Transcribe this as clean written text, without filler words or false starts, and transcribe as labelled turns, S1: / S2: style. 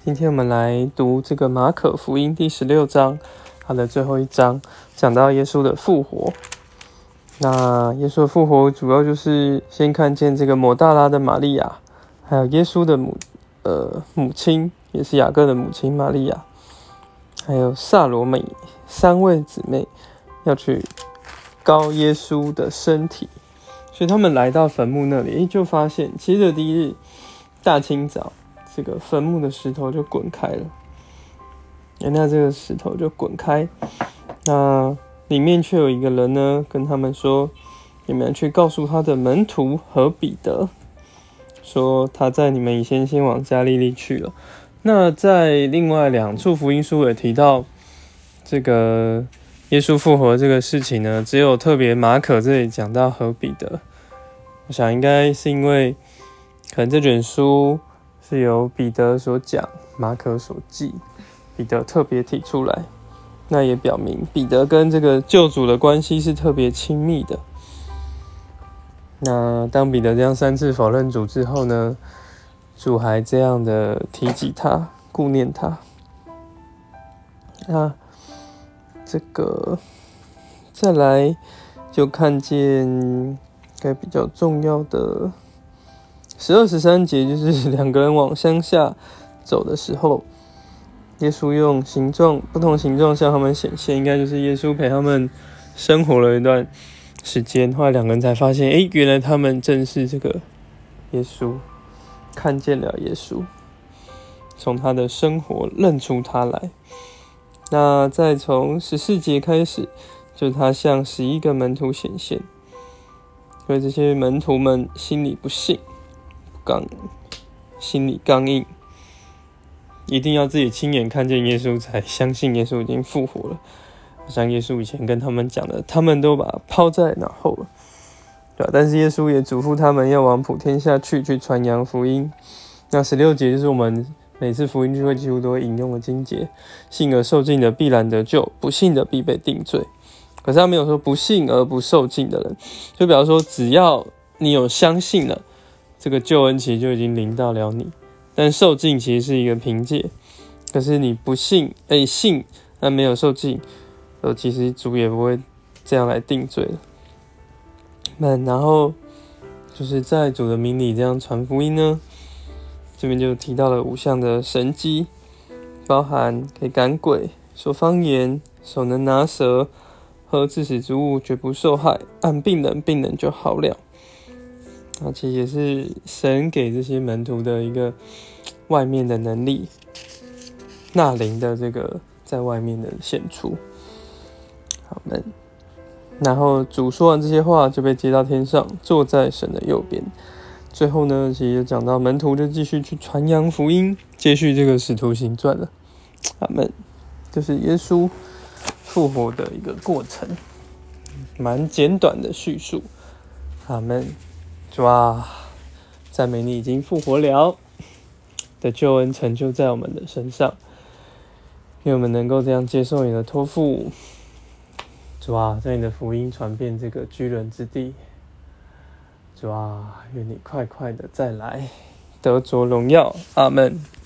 S1: 今天我们来读这个马可福音第16章，它的最后一章，讲到耶稣的复活。那耶稣的复活主要就是先看见这个抹大拉的玛利亚，还有耶稣的母亲，也是雅各的母亲玛利亚，还有撒罗美3位姊妹要去膏耶稣的身体，所以他们来到坟墓那里，就发现7日的第一日大清早，这个坟墓的石头就滚开了。那这个石头就滚开，那里面却有一个人呢，跟他们说：你们去告诉他的门徒和彼得，说他在你们以前先往加利利去了。那在另外2处福音书也提到这个耶稣复活这个事情呢，只有特别马可这里讲到和彼得。我想应该是因为可能这卷书是由彼得所讲，马可所记，彼得特别提出来，那也表明彼得跟这个救主的关系是特别亲密的。那当彼得这样3次否认主之后呢，主还这样的提及他，顾念他。那这个再来就看见应该比较重要的12、13节，就是2个人往乡下走的时候，耶稣用不同形状向他们显现，应该就是耶稣陪他们生活了一段时间，后来2个人才发现，原来他们正是这个耶稣，看见了耶稣，从他的生活认出他来。那再从14节开始，就是他向11个门徒显现，所以这些门徒们心里不信，心里刚硬，一定要自己亲眼看见耶稣才相信耶稣已经复活了。像耶稣以前跟他们讲的，他们都把它抛在脑后了，对吧？但是耶稣也嘱咐他们要往普天下去传扬福音。那16节就是我们每次福音聚会几乎都会引用的经节：信而受浸的必然得救，不信的必被定罪。可是他没有说不信而不受浸的人，就比方说只要你有相信了，这个救恩其实就已经临到了你。但受浸其实是一个凭借，可是你不信，信但没有受浸，其实主也不会这样来定罪了。然后就是在主的名里这样传福音呢，这边就提到了5项的神迹，包含可以赶鬼、说方言、手能拿蛇、喝致死之物绝不受害，按病人，病人就好了。那其实也是神给这些门徒的一个外面的能力，纳灵的这个在外面的显出。好们，然后主说完这些话，就被接到天上，坐在神的右边。最后呢，其实就讲到门徒就继续去传扬福音，接续这个使徒行传了。阿们，就是耶稣复活的一个过程，蛮简短的叙述。阿们，主啊，赞美你已经复活了的救恩成就在我们的身上，愿我们能够这样接受你的托付。主啊，在你的福音传遍这个居人之地。主啊，愿你快快的再来，得着荣耀。阿们。